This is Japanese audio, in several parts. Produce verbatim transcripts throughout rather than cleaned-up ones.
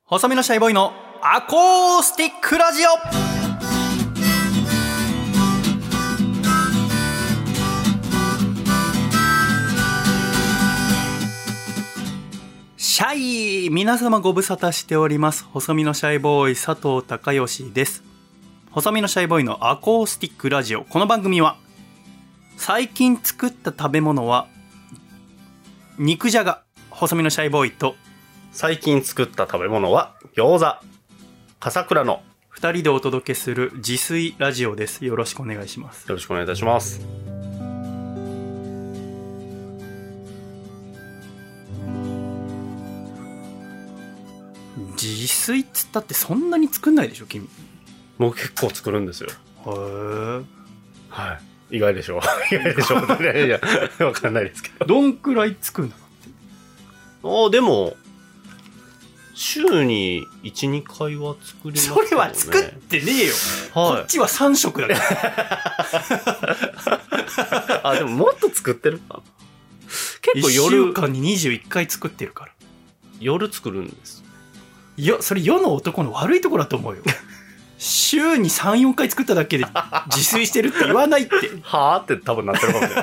細身のシャイボーイのアコースティックラジオ。シャイ、皆様ご無沙汰しております。細身のシャイボーイ佐藤孝義です。細身のシャイボーイのアコースティックラジオ。この番組は最近作った食べ物は肉じゃが、細身のシャイボーイと最近作った食べ物は餃子、笠倉のふたりでお届けする自炊ラジオです。よろしくお願いします。 よろしくお願いいたします。 自炊っつったってそんなに作んないでしょ君。 僕結構作るんですよ。 へー、 はい。意外でしょ意外でしょいやいやわかんないですけど。 どんくらい作るんだろああ、でも週にいち、にかいは作りますけどね。 それは作ってねえよ、はい、こっちはさん食だからあ、でももっと作ってるかな。結構夜いっしゅうかんににじゅういっかい作ってるから。 夜作るんです。 いや、それ世の男の悪いところだと思うよ週にさん、よんかい作っただけで自炊してるって言わないってはぁって多分なってるかもしれ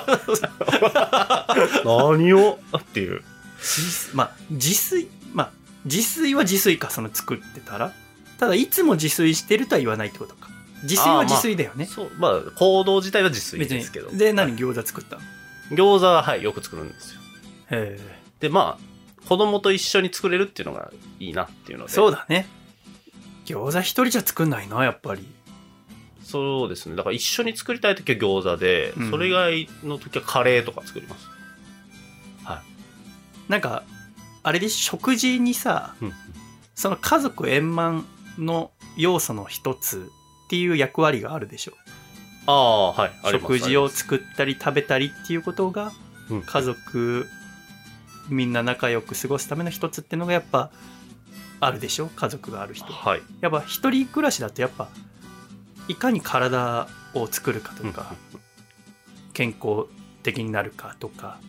ない何をっていう。 まあ自炊まあ自炊は自炊か、その作ってたら。ただいつも自炊してるとは言わないってことか。自炊は自炊だよね。 あ、まあ、そう、まあ行動自体は自炊ですけど。 で、何、餃子作ったの？ 餃子は、はい、よく作るんですよ。 へえ。 で、まあ子供と一緒に作れるっていうのがいいなっていうので。 そうだね。餃子一人じゃ作んないな、やっぱり。 そうですね。だから一緒に作りたいときは餃子で、うん、それ以外のときはカレーとか作ります。はい。 なんかあれで食事にさ、うん、その家族円満の要素の一つっていう役割があるでしょ。 ああ、はい。 食事を作ったり食べたりっていうことが、うん、家族みんな仲良く過ごすための一つっていうのがやっぱあるでしょ。家族がある人、 はい、 やっぱ一人暮らしだとやっぱいかに体を作るかとか、うん、健康的になるかとか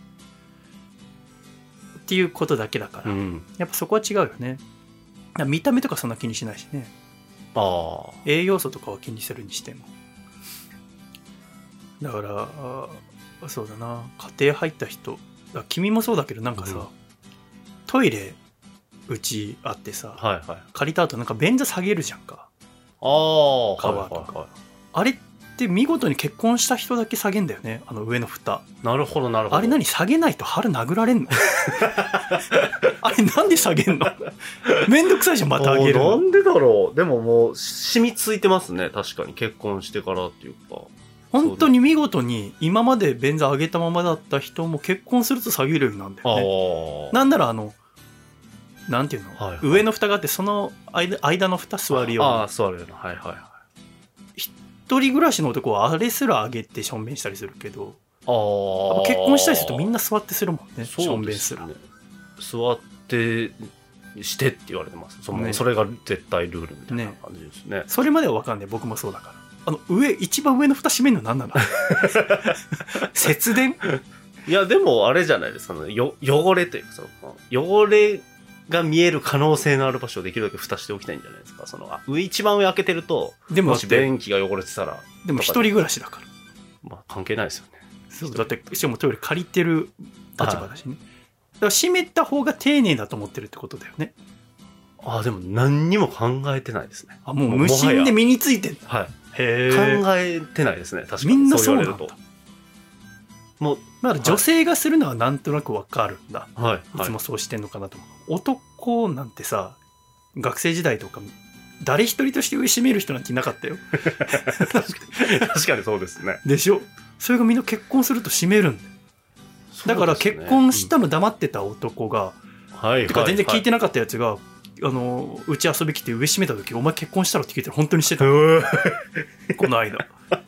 っていうことだけだから、うん、やっぱそこは違うよね。見た目とかそんな気にしないしね。 あ、 栄養素とかは気にするにしても。だからそうだな、家庭入った人、君もそうだけどなんかさ、うん、トイレうちあってさ、 はいはい、 借りた後なんか便座下げるじゃんか。 ああ、 カバーとか、 はいはいはい、 あれって見事に結婚した人だけ下げんだよね、あの上の蓋。 なるほどなるほど。 あれ何、下げないと腹殴られんのあれなんで下げんのめんどくさいじゃん、また上げるの。 なんでだろう。でももう染みついてますね、確かに。結婚してからっていうか、 本当に見事に今まで便座上げたままだった人も結婚すると下げるようになるんだよね。なんならあのなんていうの、はいはい、上の蓋があってその 間, 間の蓋座るような。 ああ、座るような。はいはいはい。 一人暮らしの男はあれすら上げてしょんべんしたりするけど、 ああ、 結婚したりするとみんな座ってするもんね。しょんべんすら、ね、 座ってしてって言われてます。その、ね、それが絶対ルールみたいな感じですね。ね、 それまでは分かんない。僕もそうだから。あの上一番上の蓋閉めるの何なの節電。 いやでもあれじゃないですか、ね、よ汚れというか、その汚れが見える可能性のある場所をできるだけ蓋しておきたいんじゃないですか。その上一番上開けてると、でももし便器が汚れてたら。 でも一人暮らしだから、 まあ関係ないですよね。 そうだって、しかもトイレ借りてる立場だしね。だから閉めた方が丁寧だと思ってるってことだよね。 ああ、でも何にも考えてないですね。 あ、もう無心で身についてんだ。 はい。へー、考えてないですね。確かにみんなそうなんだ。 もうだから女性がするのはなんとなくわかるんだ、 はい、 いつもそうしてんのかなと思う。男なんてさ、学生時代とか誰一人として上閉める人なんていなかったよ確かに確かにそうですね。 でしょ。それがみんな結婚すると閉めるんだよ。だから結婚したの黙ってた男が、うん、てか全然聞いてなかったやつが、はい、あのうち遊び来て上閉めた時、お前結婚したろって聞いたら本当にしてたこの間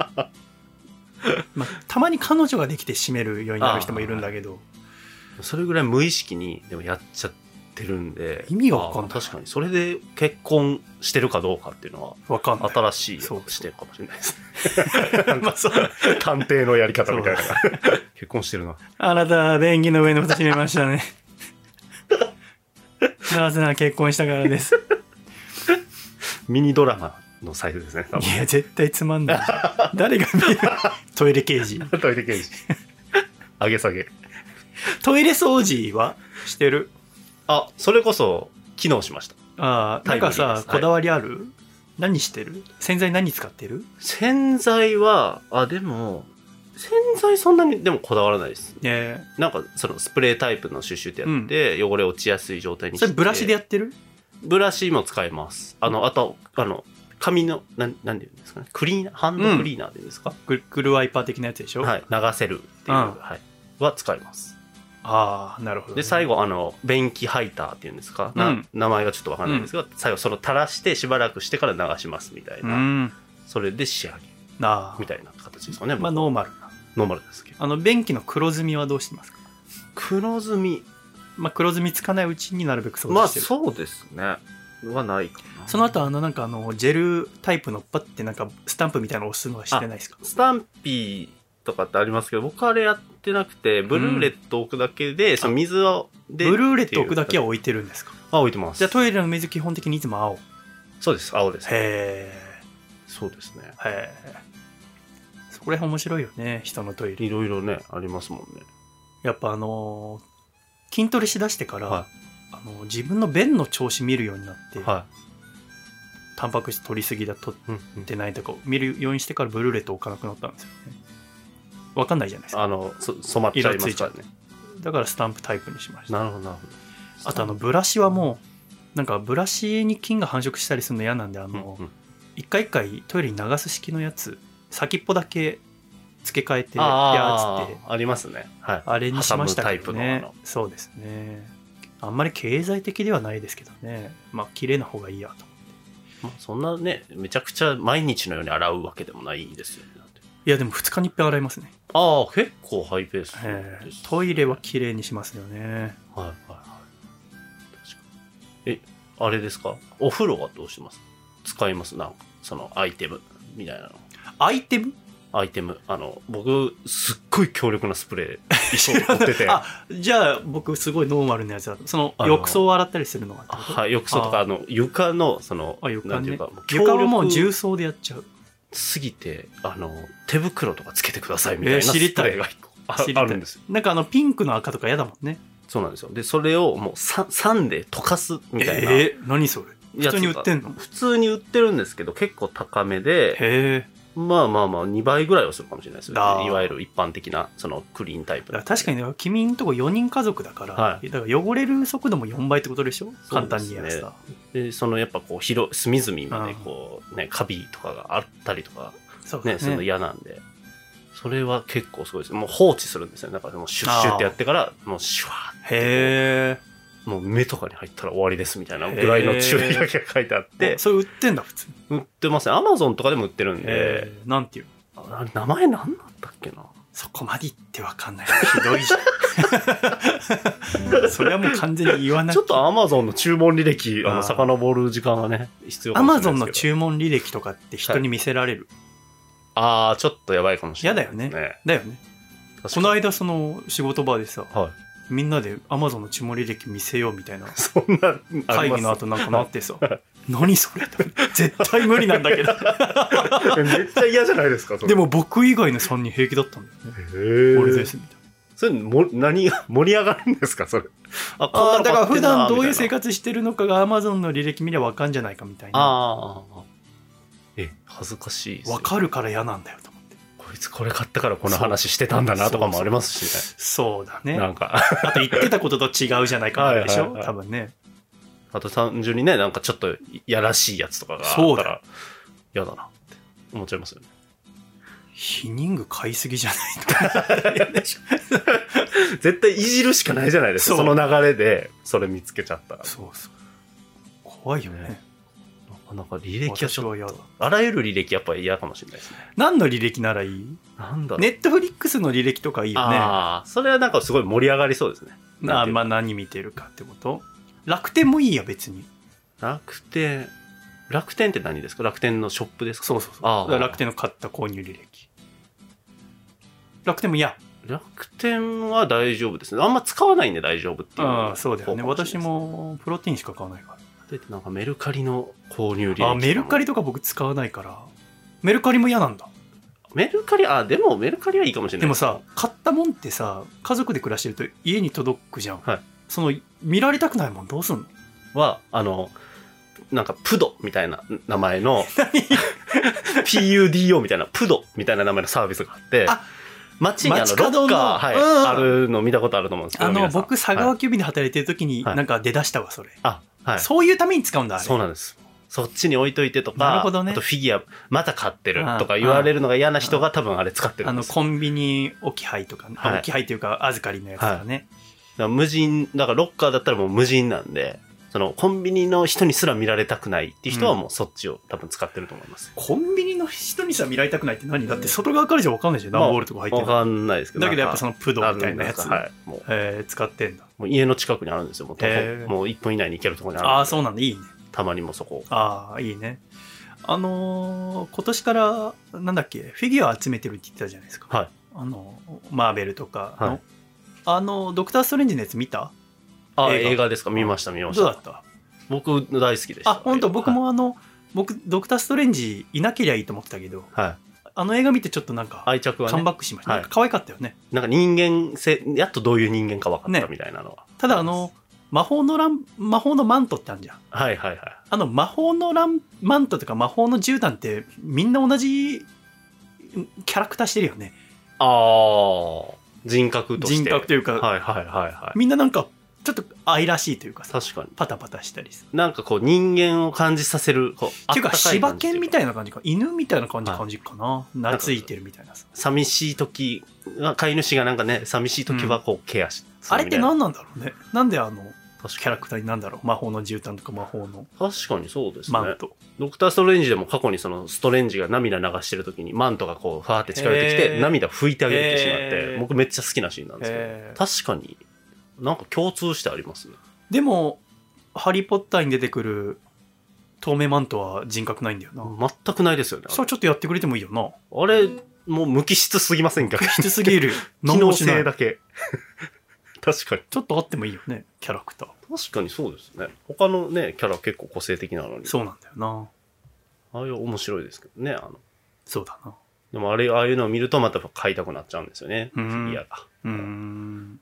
まあ、たまに彼女ができて閉めるようになる人もいるんだけど、 それぐらい無意識にでもやっちゃってるんで、 意味が分かんない。 確かにそれで結婚してるかどうかっていうのは分かんない。 新しい視点かもしれないですね。まあそう探偵のやり方みたいな結婚してるな。 あなた便器の上の蓋閉めましたねなぜなら結婚したからです。 ミニドラマのサイズですね。 いや絶対つまんないじゃん。誰が見る？トイレ刑事。 トイレ刑事。上げ下げ。 トイレ掃除はしてる？ あ、それこそ昨日しました。 ああ、なんかさ、こだわりある？はい、何してる？洗剤何使ってる？ 洗剤は、あ、でも、洗剤そんなにでもこだわらないです。 ね、 なんかそのスプレータイプのシュッシュってやって、うん、汚れ落ちやすい状態にして。 それブラシでやってる？ ブラシも使います。あの、あと、あの、紙の、なん、なんていうんですかね。クリーナー、ハンドクリーナーっていうんですか？ うん、グルワイパー的なやつでしょ？ はい。流せるっていう、うん、はい。は使います。 ああ、なるほど、ね。 で、最後、あの、便器ハイターっていうんですか、な、うん、名前がちょっとわかんないんですが、うん、最後その垂らしてしばらくしてから流しますみたいな。うん、それで仕上げ。ああ。みたいな形ですよね。 まあ、ノーマルな。 ノーマルですけど。 あの、便器の黒ずみはどうしてますか？ 黒ずみ。 まあ、黒ずみつかないうちになるべく掃除してる。 まあ、そうですね。はないかな。 その後、あの、なんかあの、ジェルタイプのパッてなんか、スタンプみたいなの押すのはしてないですか？ スタンピーとかってありますけど、僕あれやってなくて、ブルーレット置くだけで、うん、その水をでブルーレット置くだけは置いてるんですか？ あ、置いてます。 じゃあトイレの水基本的にいつも青？ そうです、青です。 へえ。 そうですね。 へえ。そこら辺面白いよね、人のトイレ。 いろいろね、ありますもんね。 やっぱあのー、筋トレしだしてから、はい、あのー、自分の便の調子見るようになって、はい、タンパク質取りすぎだ、取ってないとか見るようにしてからブルーレット置かなくなったんですよね。わかんないじゃないですか。 あの、そ染まっちゃいますからね。 だからスタンプタイプにしました。 なるほどなるほど。 あとあのブラシはもうなんかブラシに菌が繁殖したりするの嫌なんで、あの、うんうん、一回一回トイレに流す式のやつ、先っぽだけ付け替えて、 あーつってありますね。はい。 あれにしましたけどね。 挟むタイプのあの。 そうですね。あんまり経済的ではないですけどね。まあ綺麗な方がいいやと思って。 まあ、そんなね、めちゃくちゃ毎日のように洗うわけでもないですよね。 いやでもふつかにいっぺん洗いますね。 ああ、結構ハイペース、 えー、トイレは綺麗にしますよね。はいはいはい。確かに。え、あれですか？お風呂はどうしてます？使います？なんかそのアイテムみたいなの。 アイテム？ アイテム。あの僕すっごい強力なスプレー一緒に持ってて。 あ、じゃあ僕すごいノーマルなやつだと。その浴槽を洗ったりするのはってこと？ はい、浴槽とかあの床のそのあ床、ね、 なんていうか床はもう重曹でやっちゃう。 すぎてあの手袋とかつけてくださいみたいなスプレーがあるんですよ。 なんかあのピンクの赤とか嫌だもんね。 そうなんですよ。でそれをもう酸で溶かすみたいな。 えー、何それ？普通に売ってんの？ 普通に売ってるんですけど結構高めで。 へー。 まあまあまあにばいぐらいはするかもしれないですよ、ね、いわゆる一般的なそのクリーンタイプ。 確かにね、君んとこよにん家族だから、はい、だから汚れる速度もよんばいってことでしょ？簡単に言えばさ。 でそのやっぱこう広隅々までこうねカビとかがあったりとかねするの嫌なんで、それは結構すごいです。もう放置するんですよ。だからもうシュッシュってやってからもうシュワーって。 へー。 もう目とかに入ったら終わりですみたいなぐらいの注意書きが書いてあって。 それ売ってんだ普通？ 売ってますね。アマゾンとかでも売ってるんで。 なんていうあれ名前なんだったっけな。 そこまで言ってわかんない。ひどいじゃん。それはもう完全に言わない。 ちょっとアマゾンの注文履歴あの遡る時間がね必要かもしれないですけど。 アマゾンの注文履歴とかって人に見せられる？ はい、ああちょっとやばいかもしれないですね。嫌だよね。だよね。この間その仕事場でさ、はい、みんなでアマゾンの注文履歴見せようみたいなそんな会議の後なんかなってさ何それ絶対無理なんだけどめっちゃ嫌じゃないですかそれ。 でも僕以外のさんにん平気だったんだよね。へえ。俺ですみたいな。それも何が盛り上がるんですかそれ。 ああだから普段どういう生活してるのかがアマゾンの履歴見れば分かんじゃないかみたいな。 ああえ恥ずかしいです、 ね、分かるから嫌なんだよと思って。 こいつこれ買ったからこの話してたんだなとかもありますしね。 そうだね。 なんかあと言ってたことと違うじゃないかでしょ、はいはいはい、多分ね。 あと単純にねなんかちょっとやらしいやつとかがあったら嫌だなって思っちゃいますよね。 避妊具買いすぎじゃないと絶対いじるしかないじゃないですか そ, その流れでそれ見つけちゃったら。 そうそう怖いよね。 なかなか履歴はちょっとあらゆる履歴やっぱり嫌かもしれないですね。 何の履歴ならいい？なんだろう。ネットフリックスの履歴とかいいよね。 ああそれはなんかすごい盛り上がりそうですね。 あまあ何見てるかってこと。楽天もいいや別に。 楽天楽天って何ですか？楽天のショップですか？ そうそうそう。あ楽天の買った購入履歴。楽天もいや楽天は大丈夫ですね。あんま使わないんで大丈夫っていう。 ああ、そうだよね。私もプロテインしか買わないから。 で、なんかメルカリの購入履歴。 あ、メルカリとか僕使わないから。メルカリも嫌なんだ。 メルカリ、あ、でもメルカリはいいかもしれない。 でもさ、買ったもんってさ、家族で暮らしてると家に届くじゃん。 はい。 その、見られたくないもんどうすんの？ は、あの、なんか、プドみたいな名前の、ピーユーディーオー みたいな、プドみたいな名前のサービスがあって、あ、街にあの、ロッカー、はい、うん、あるの見たことあると思うんですけど、 あの、僕、佐川急便で働いてる時に、なんか出だしたわ、それ。 あ、はい。 そういうために使うんだ、あれ。 そうなんです。そっちに置いといてとか、 なるほどね、 あとフィギュア、また買ってるとか言われるのが嫌な人が多分あれ使ってるんです。 あの、コンビニ置き配とか、はい、置き配というか、預かりのやつとかね。はい、 だから無人、だからロッカーだったらもう無人なんで、そのコンビニの人にすら見られたくないっていう人はもうそっちを多分使ってると思います。 うん、コンビニの人にさ見られたくないって何？だって外側からじゃ分かんないじゃん。段ボールとか入ってる。 分かんないですけど。 だけどやっぱそのプドみたいなやつ、はい、もう、えー、使ってんだ。 もう家の近くにあるんですよ。もう、えー、もういっぷん以内に行けるところにあるんで。 ああ、そうなんだ。いいね。 たまにもそこ。 ああ、いいね。あのー、今年からなんだっけフィギュア集めてるって言ってたじゃないですか。 はい。 あのマーベルとかの、 はい、 あのドクターストレンジのやつ見た？ あ、映画、映画ですか？見ました見ました。 どうだった？ 僕大好きでした。 あ、本当僕もあの、はい、僕ドクターストレンジいなけりゃいいと思ってたけど、 はい、 あの映画見てちょっとなんか愛着はねカムバックしました。はい、なんか可愛かったよね。 なんか人間性、やっとどういう人間か分かったみたいなのは、ね、 ただあの魔法のラン魔法のマントってあるじゃん。 はいはいはい。 あの魔法のランマントとか魔法の絨毯ってみんな同じキャラクターしてるよね。 ああ、人格として。 人格というか、 はいはいはいはい。 みんななんかちょっと愛らしいというかさ、 確かにパタパタしたりさ、 なんかこう人間を感じさせる、こうっていうか柴犬みたいな感じか、犬みたいな感じ感じかな、懐いてるみたいなさ。 寂しい時、飼い主がなんかね、寂しい時はこうケアして、 うん、あれって何なんだろうね。なんであのキャラクターになんだろう、魔法の絨毯とか魔法の確かにそうですね。 マント。 ドクターストレンジでも過去にそのストレンジが涙流してる時にマントがこうファーって近寄ってきて涙拭いてあげてしまって、僕めっちゃ好きなシーンなんですけど、確かになんか共通してありますね。 でもハリーポッターに出てくる透明マントは人格ないんだよな。 全くないですよね。 それちょっとやってくれてもいいよな。 あれもう無機質すぎませんか？ 無機質すぎる。 機能性だけ。確かにちょっとあってもいいよね、キャラクター。 確かにそうですね。他のねキャラ結構個性的なのに。 そうなんだよな。 ああいう面白いですけどね。あのそうだな。 でもあれああいうのを見るとまた買いたくなっちゃうんですよね。フィギュアが。 うーん。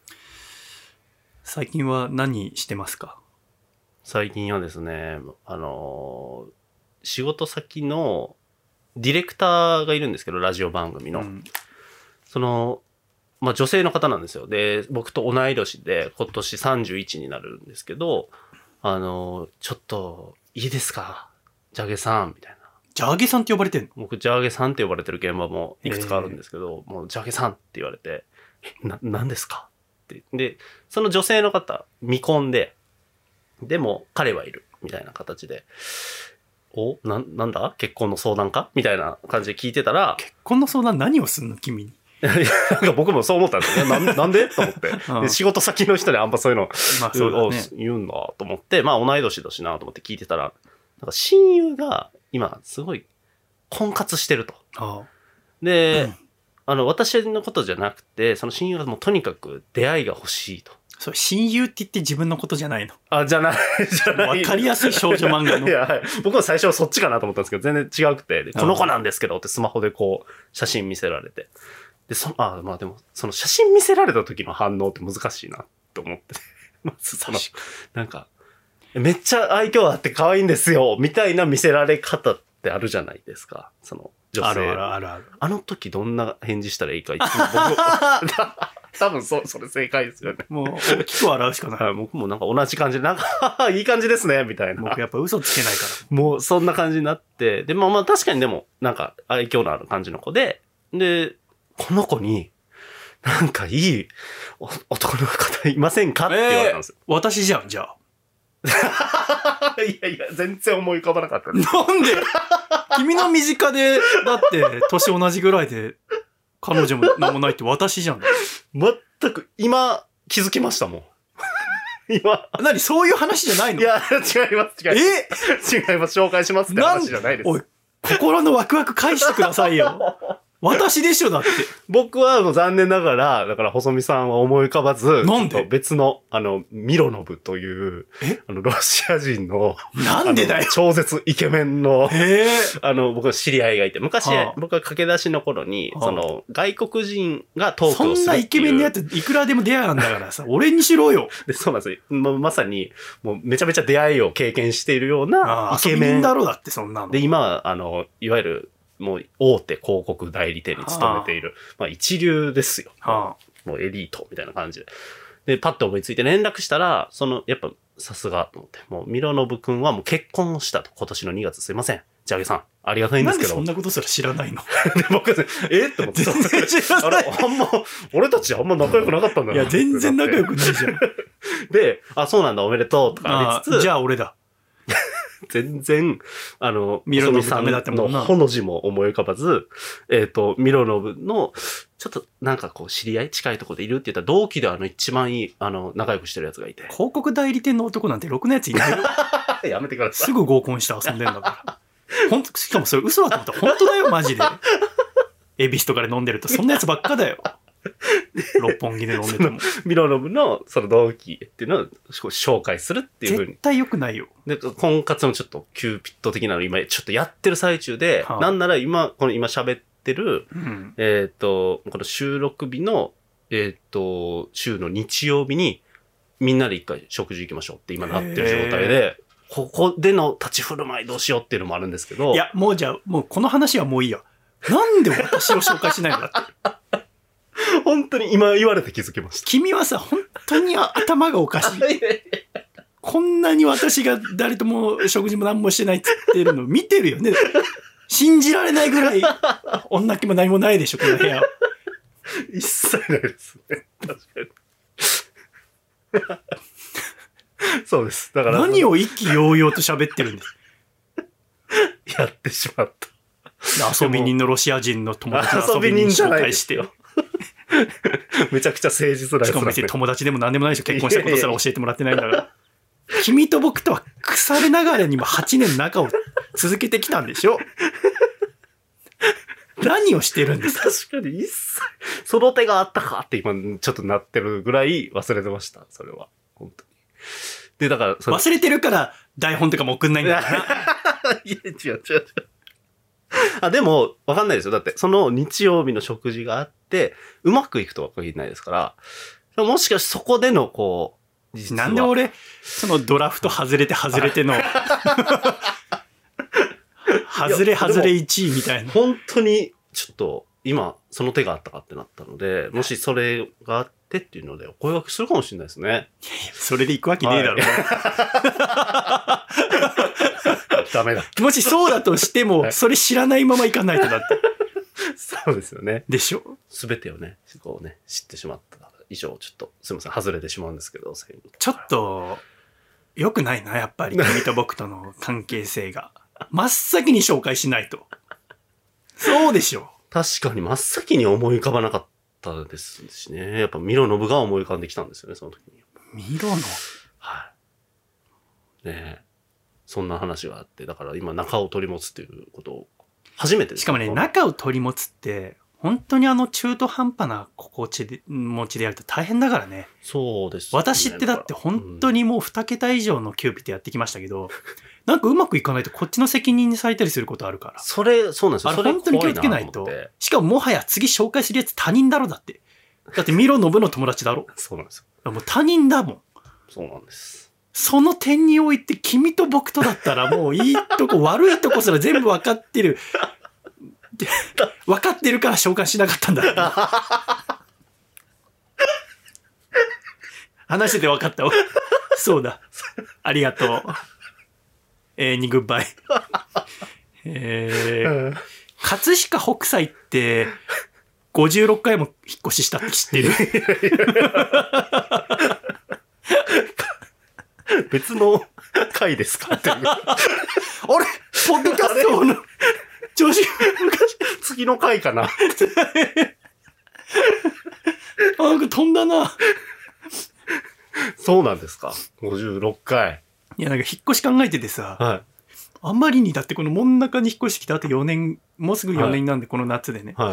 最近は何してますか？ 最近はですね、あのー、仕事先のディレクターがいるんですけど、ラジオ番組の、うん、そのまあ女性の方なんですよ。で、僕と同い年で今年さんじゅういちになるんですけど、あの、ちょっといいですか？ジャゲさんみたいな。 ジャゲさんって呼ばれてんの？ 僕ジャゲさんって呼ばれてる現場もいくつかあるんですけど、えー、もうジャゲさんって言われて、え、な、何ですか？って。で、その女性の方、未婚で、でも彼はいるみたいな形で、お、な、なんだ？結婚の相談か？みたいな感じで聞いてたら、 結婚の相談何をすんの君に？ なんか僕もそう思ったんですよね。な, なんでと思って、うんで。仕事先の人にあんまそういうの、 まあそうだね、 言うんだと思って、まあ同い年だしなと思って聞いてたら、なんか親友が今すごい婚活してると。 ああで、うん、あの私のことじゃなくて、その親友がもうとにかく出会いが欲しいと。 それ親友って言って自分のことじゃないの？ あ、じゃない、じゃない。 わかりやすい少女漫画の。 いや、はい、僕は最初はそっちかなと思ったんですけど、全然違くて、この子なんですけどってスマホでこう写真見せられて。で、その、あ、まあでも、その写真見せられた時の反応って難しいなと思って。まずその、なんか、めっちゃ愛嬌あって可愛いんですよ、みたいな見せられ方ってあるじゃないですか。その、女性。 あるあるあるある。 あの時どんな返事したらいいか、いつも僕、多分そ、それ正解ですよね。 もう、大きく笑うしかない。 はい、僕もなんか同じ感じで、なんか、いい感じですね、みたいな。 僕やっぱ嘘つけないから。 もう、そんな感じになって、で、まあまあ確かにでも、なんか、愛嬌のある感じの子で、で、この子に、なんかいい男の方いませんかって言われたんですよ。 えー、私じゃん、じゃあ。 いやいや、全然思い浮かばなかったです。 なんで君の身近で、だって、年同じぐらいで、彼女も何もないって私じゃん。 全く、今、気づきましたもん。今。 何そういう話じゃないの？ いや、違います、違います。 え違います、紹介しますって話じゃないです。 おい、心のワクワク返してくださいよ。 私でしょ、だって。 僕はもう残念ながら、だから細見さんは思い浮かばず、 なんで別の、あの、ミロノブという、あの、ロシア人の、 なんでだよ。 超絶イケメンの、 へあの、僕の知り合いがいて、昔、はあ、僕は駆け出しの頃に、はあ、その、外国人がトークをするっていう。 そんなイケメンのやついくらでも出会うんだからさ、俺にしろよ。 で、そうなんですよ。ま、まさに、もうめちゃめちゃ出会いを経験しているようなイケメン。 遊び人だろうだって、そんなの。 で、今、あの、いわゆる、もう大手広告代理店に勤めている。はあ、まあ一流ですよ。はあ、もうエリートみたいな感じで。で、パッと思いついて連絡したら、その、やっぱさすがと思って、もうミロノブ君はもう結婚をしたと。今年のにがつすいません。ジャゲさん、ありがたいんですけど。 なんでそんなことすら知らないので、僕は、えって思って。全然知らない。あれ、あんま、俺たちあんま仲良くなかったんだよ。 いや、全然仲良くないじゃん。 で、あ、そうなんだ、おめでとうとかありつつ。 じゃあ俺だ。 全然、あの、 ミロノブさんのほの字も思い浮かばず、えっ、ー、と、ミロノブの、ちょっとなんかこう、知り合い近いところでいるって言ったら、同期であの、一番いい、あの、仲良くしてるやつがいて。 広告代理店の男なんてろくなやついないよ。 やめてください。 すぐ合コンして遊んでんだから。ほんと、しかもそれ嘘だと思ったら本当だよ、マジで。エビスとかで飲んでると、そんなやつばっかだよ。六本木で飲んでても。 ミロノブのその同期っていうのを紹介するっていう風に。 絶対良くないよ。 で、婚活もちょっとキューピッド的なの今ちょっとやってる最中で、はあ、なんなら今、この今喋ってる、うん、えっ、ー、と、この収録日の、えっ、ー、と、週の日曜日にみんなで一回食事行きましょうって今なってる状態で、ここでの立ち振る舞いどうしようっていうのもあるんですけど。 いや、もうじゃあ、もうこの話はもういいよ。なんで私を紹介しないのだって。 本当に今言われて気づきました。 君はさ、本当に頭がおかしい。こんなに私が誰とも食事も何もしてないって言ってるの見てるよね。信じられないぐらい女気も何もないでしょ、この部屋。 一切ないですね。確かに。そうです。だから。 何を意気揚々と喋ってるんです。 やってしまった。 遊び人のロシア人の友達の遊び人紹介してよ。 めちゃくちゃ誠実なやつ。 しかも別に友達でも何でもないでしょ。結婚したことすら教えてもらってないんだから。君と僕とは腐れながらにもはちねん仲を続けてきたんでしょ。何をしてるんですか。 確かに一切その手があったかって今ちょっとなってるぐらい忘れてました。それは本当に。でだから忘れてるから台本とかも送んないんだから。 いや違う違う違う。あ、でも、わかんないですよ。だって、その日曜日の食事があって、うまくいくとは限らないですから、もしかしてそこでの、こう、 実はなんで俺、そのドラフト外れて外れての、外れ外れいちいみたいな。 本当に、ちょっと、今、その手があったかってなったので、もしそれがあってっていうので、お声掛けするかもしれないですね。いやいや、 それで行くわけねえだろ。 はい、ダメだ。 もしそうだとしても、それ知らないまま行かないとだって。 そうですよね。 でしょ。 すべてをね、こうね、知ってしまった以上、ちょっと、すみません、外れてしまうんですけど、 ちょっと、良くないな、やっぱり、君と僕との関係性が。真っ先に紹介しないと。そうでしょ。 確かに真っ先に思い浮かばなかったですしね。やっぱミロノブが思い浮かんできたんですよね、その時に。 ミロノはい。ねえ。そんな話があって、だから今仲を取り持つっていうことを初めてです。 しかもね、仲を取り持つって、本当にあの中途半端な心地で、持ちでやると大変だからね。 そうです、 ね。私ってだって本当にもうに桁以上のキューピッドやってきましたけど、うん、なんかうまくいかないとこっちの責任にされたりすることあるから。 それ、そうなんですよ。 あれ本当に気をつけないと。しかももはや次紹介するやつ他人だろだって。だってミロノブの友達だろ。 そうなんですよ。 もう他人だもん。 そうなんです。 その点において君と僕とだったらもういいとこ悪いとこすら全部分かってる。分かってるから紹介しなかったんだ。話してて分かった。そうだ。ありがとう。えー、にグッバイ。えー、葛飾北斎ってごじゅうろっかいも引っ越ししたって知ってる？ 別の回ですかっていう。あれポッドキャストの調子次の回かな。あ、 なんか飛んだな。 そうなんですか。ごじゅうろっかい。 いや、なんか引っ越し考えててさ、 はい、 あんまりにだってこの真ん中に引っ越してきてあとよねん、もうすぐよねんなんでこの夏でね、 はい、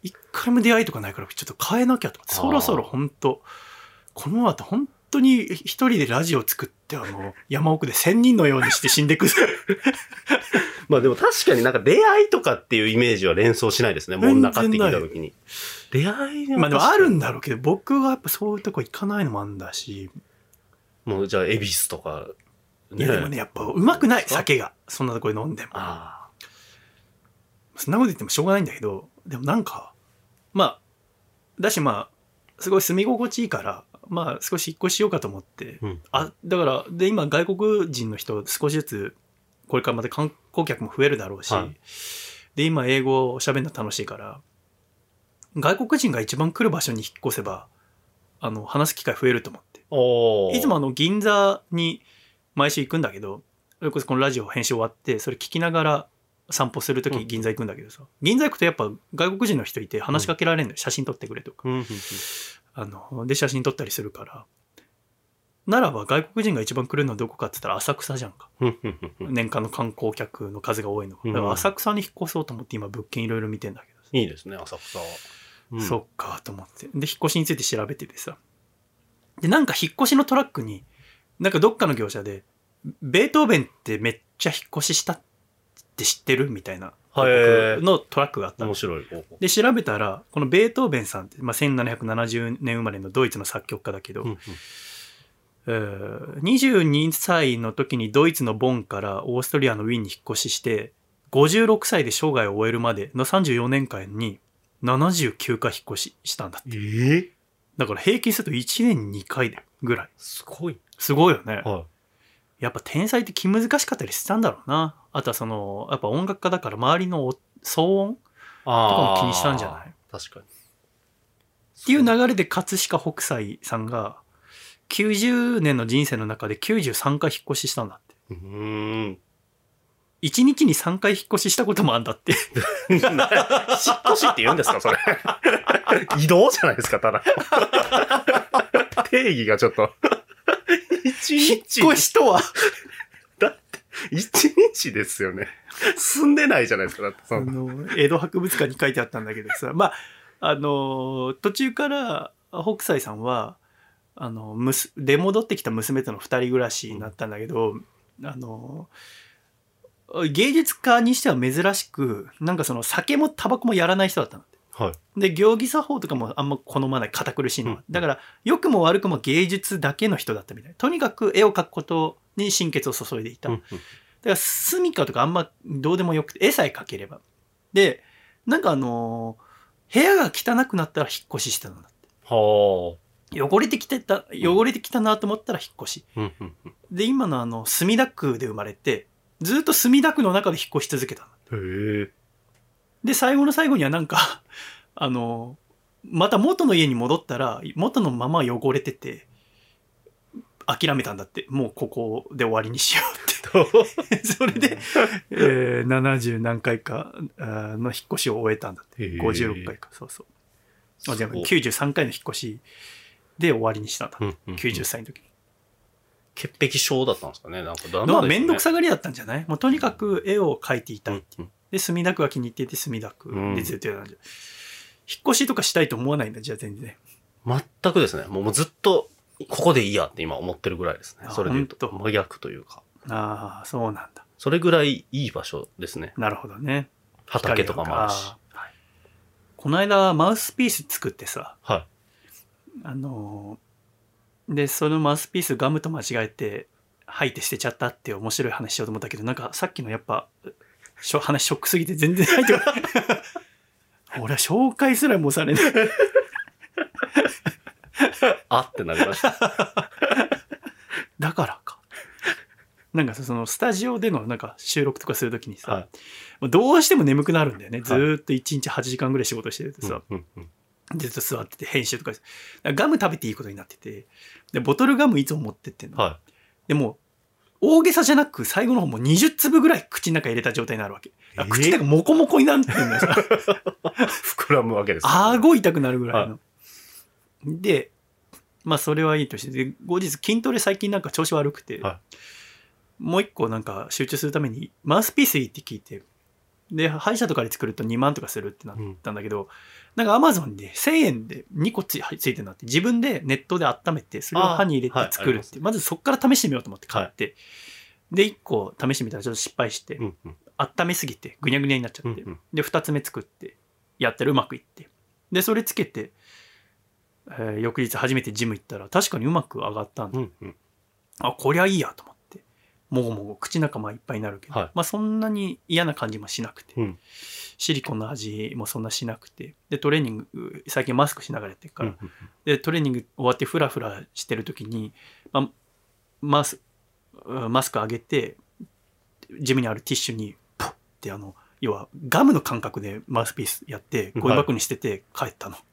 一回も出会いとかないからちょっと変えなきゃと思って、そろそろ本当この後本当に一人でラジオ作ってあの山奥で千人のようにして死んでくまあでも確かになんか出会いとかっていうイメージは連想しないですね。真ん中って聞いた時に。出会いまあでもあるんだろうけど、僕はやっぱそういうとこ行かないのもあんだし。 もうじゃあ恵比寿とか、 ね。いやでもね、やっぱうまくない、酒が。そんなとこで飲んでも。ああ。そんなこと言ってもしょうがないんだけど、でもなんか、まあ、だしまあ、すごい住み心地いいから、まあ少し引っ越ししようかと思って。うん、あ、だから、で今外国人の人少しずつ、これからまた観光客も増えるだろうし、はい、で今英語を喋るの楽しいから、外国人が一番来る場所に引っ越せば、あの、話す機会増えると思って。いつもあの、銀座に毎週行くんだけど、それこそこのラジオ編集終わって、それ聞きながら散歩するとき銀座行くんだけどさ、うん、銀座行くとやっぱ外国人の人いて話しかけられるのよ、うん、写真撮ってくれとか。うん、あの、で、写真撮ったりするから。ならば外国人が一番来るのはどこかって言ったら浅草じゃんか。年間の観光客の数が多いのが。だから浅草に引っ越そうと思って今物件いろいろ見てんだけど。 いいですね、浅草は。 うん、そっかと思って。で、引っ越しについて調べててさ。で、なんか引っ越しのトラックに、なんかどっかの業者で、ベートーベンってめっちゃ引っ越ししたって知ってるみたいなのトラックがあったの。 面白い。 で、調べたら、このベートーベンさんって、まあ、せんななひゃくななじゅうねん生まれのドイツの作曲家だけど、うんうんにじゅうにさいの時にドイツのボンからオーストリアのウィーンに引っ越しして、ごじゅうろくさいで生涯を終えるまでのさんじゅうよねんかんにななじゅうきゅうかい引っ越ししたんだって。えー、だから平均するといちねんににかいぐらい。 すごい。 すごいよね。はい、やっぱ天才って気難しかったりしたんだろうな。あとはその、やっぱ音楽家だから周りの騒音とかも気にしたんじゃない？ 確かに。 っていう流れで葛飾北斎さんが、きゅうじゅうねんの人生の中できゅうじゅうさんかい引っ越ししたんだって。うーん。いちにちにさんかい引っ越ししたこともあんだって。 引っ越しって言うんですかそれ。移動じゃないですか、ただ。定義がちょっと。 一日。引っ越しとは。 だって、一日ですよね。住んでないじゃないですか、だってその。あの、江戸博物館に書いてあったんだけどさ、まあ、あの、途中から北斎さんは、あのむす出戻ってきた娘との二人暮らしになったんだけど、うん、あの芸術家にしては珍しくなんかその酒もタバコもやらない人だったんだって、はい、で行儀作法とかもあんま好まない堅苦しいのは、うん、だから良くも悪くも芸術だけの人だったみたいな。とにかく絵を描くことに心血を注いでいた、うん、だから住処とかあんまどうでもよくて絵さえ描ければでなんかあの部屋が汚くなったら引っ越ししてたんだって。はあ。汚れてきてた、汚れてきたなと思ったら引っ越し。で、今のあの、墨田区で生まれて、ずっと墨田区の中で引っ越し続けたの。へえ。で、最後の最後にはなんか、あの、また元の家に戻ったら、元のまま汚れてて、諦めたんだって。もうここで終わりにしようって。それで、えー、ななじゅう何回かの引っ越しを終えたんだって。ごじゅうろっかいか。そうそう。あ、じゃあきゅうじゅうさんかいの引っ越し。で終わりにしたんだ、うんうんうん、きゅうじゅっさいの時に。 潔癖症だったんですかね。なんかだんだん面倒くさがりだったんじゃない？もうとにかく絵を描いていたいって、うんうん、で墨田区が気に入っていて墨田区でずっとやったんじゃ、うん、引っ越しとかしたいと思わないんだ。じゃあ全然全くですね。もうずっとここでいいやって今思ってるぐらいですね。それで言うと真逆というか。 ああ、そうなんだ。 それぐらいいい場所ですね。 なるほどね。 畑とかもあるし。 はい、この間マウスピース作ってさ、はい、あのでそのマウスピースガムと間違えて吐いて捨てちゃったって面白い話しようと思ったけど、なんかさっきのやっぱ話ショックすぎて全然入ってこない俺は紹介すらもされないあってなりましただからか。なんかそのスタジオでのなんか収録とかするときにさ、はい、どうしても眠くなるんだよね。ずーっといちにちはちじかんぐらい仕事してるとさ、うんうんうん、ずっと座ってて編集とかガム食べていいことになってて、でボトルガムいつも持ってってんの、はい、でも大げさじゃなく最後の方もにじゅうつぶぐらい口の中入れた状態になるわけ。口の中モコモコになってるんだよさ膨らむわけです、ね、 顎痛くなるぐらいの、はい、でまあそれはいいとして、で後日筋トレ最近なんか調子悪くて、はい、 もう一個なんか集中するためにマウスピースいいって聞いて、で歯医者とかで作るとにまんとかするってなったんだけど、うん、なんかアマゾンでせんえんでにこ つ, ついてるなって、自分でネットで温めてそれを歯に入れて作るって、はい、ま, まずそこから試してみようと思って買って、はい、でいっこ試してみたらちょっと失敗して、うんうん、温めすぎてぐにゃぐにゃになっちゃって、うんうん、でふたつめ作ってやったらうまくいって、でそれつけて、えー、翌日初めてジム行ったら確かにうまく上がったんで、うんうん、あこりゃいいやと思って。もごもご口の中もいっぱいになるけど、はい、まあそんなに嫌な感じもしなくて、うん、シリコンの味もそんなしなくて、でトレーニング最近マスクしながらやってるから、うんうんうん、でトレーニング終わってフラフラしてる時に、まあ、マスマスク上げてジムにあるティッシュにポッってあの要はガムの感覚でマウスピースやってゴミ箱に捨てて帰ったの。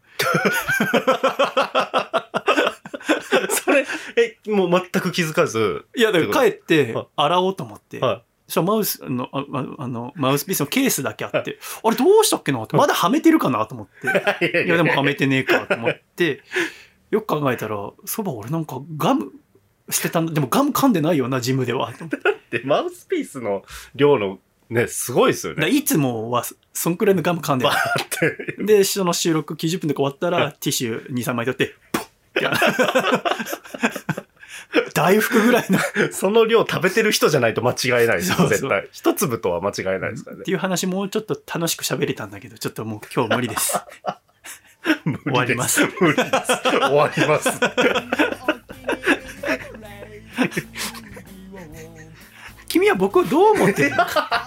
それえもう全く気づかず、 いやだから帰って洗おうと思って、はい、そしたらマウスの あ, あのマウスピースのケースだけあって、あれどうしたっけなってまだはめてるかなと思って、いやでもはめてねえかと思ってよく考えたらそういえば俺なんかガム捨てたんだ、でもガム噛んでないよなジムでは。だってマウスピースの量のねすごいですよね。 いつもはそんくらいのガム噛んでない。でその収録きゅうじゅっぷんで終わったらティッシュ にさんまい取って大福ぐらいのその量食べてる人じゃないと間違いないですよ。そうそう絶対一粒とは間違いないですからね。 っていう話もうちょっと楽しく喋れたんだけど、ちょっともう今日無理です。無理です終わります。 無理です終わります。 君は僕をどう思ってるのか。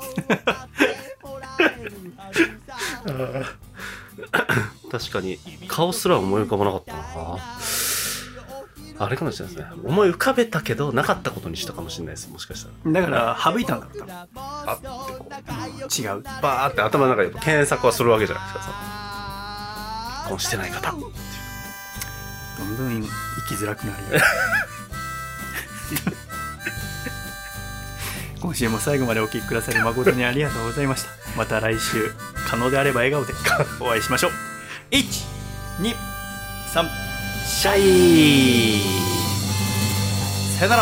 確かに顔すら思い浮かばなかったな。あれかもしれないですね。思い浮かべたけどなかったことにしたかもしれないです。もしかしたらだから省いたんだったらあってこう、 うん、違うバーって頭の中で検索はするわけじゃないですか。その結婚してない方っていうどんどん生きづらくなるよ。今週も最後までお聞きくださり誠にありがとうございました。また来週可能であれば笑顔でお会いしましょう。いち、に、さん、シャイ。さよなら。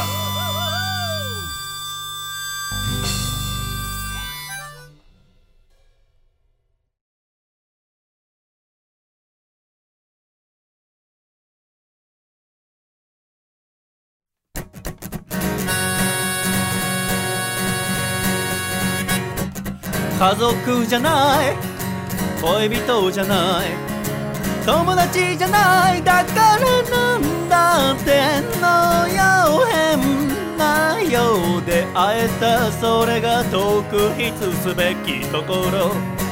家族じゃない、恋人じゃない、友達じゃない、だからなんだってのよ変なようで会えた、それが特筆すべきところ。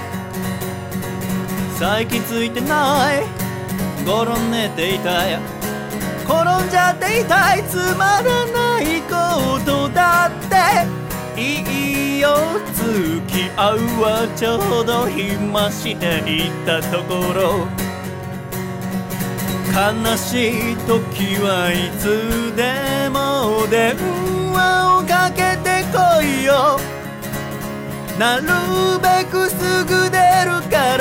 最近ついてない、転ん寝ていたい、転んじゃっていたい、つまらないことだっていいよ、付き合うはちょうど暇していたところ。悲しい時はいつでも電話をかけてこいよ、なるべくすぐ出るから、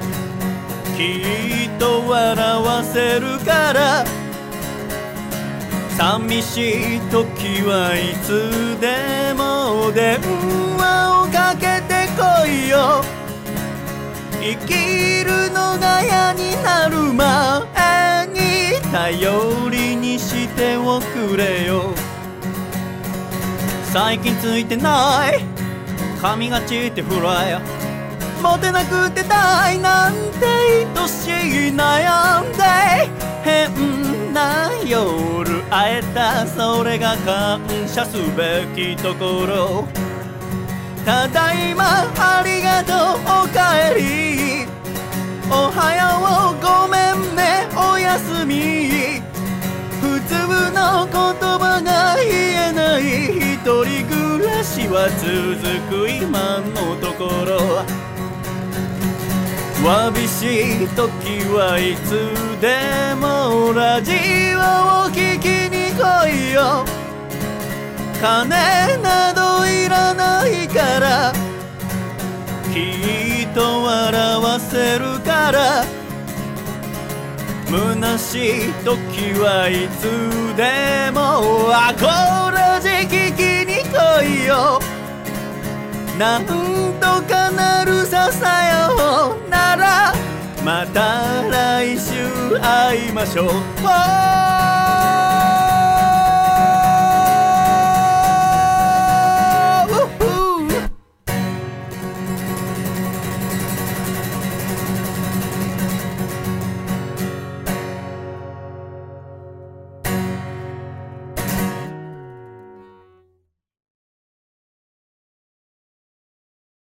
きっと笑わせるから。寂しい時はいつでも電話をかけてこいよ、生きるのが嫌になる前に頼りにしておくれよ。最近ついてない髪がちってフライ、モテなくてたいなんて愛しい悩んで変な夜会えた、それが感謝すべきところ。ただいまありがとうおかえり、おはようごめんねおやすみ、普通の言葉が言えない、一人暮らしは続く今のところ。わびしい時はいつでもラジオを聞きに来いよ、金などいらないから、きっと笑わせるから。虚しい時はいつでもアコラジ聞きに来いよ。なんとかなるささようなら、また来週会いましょう。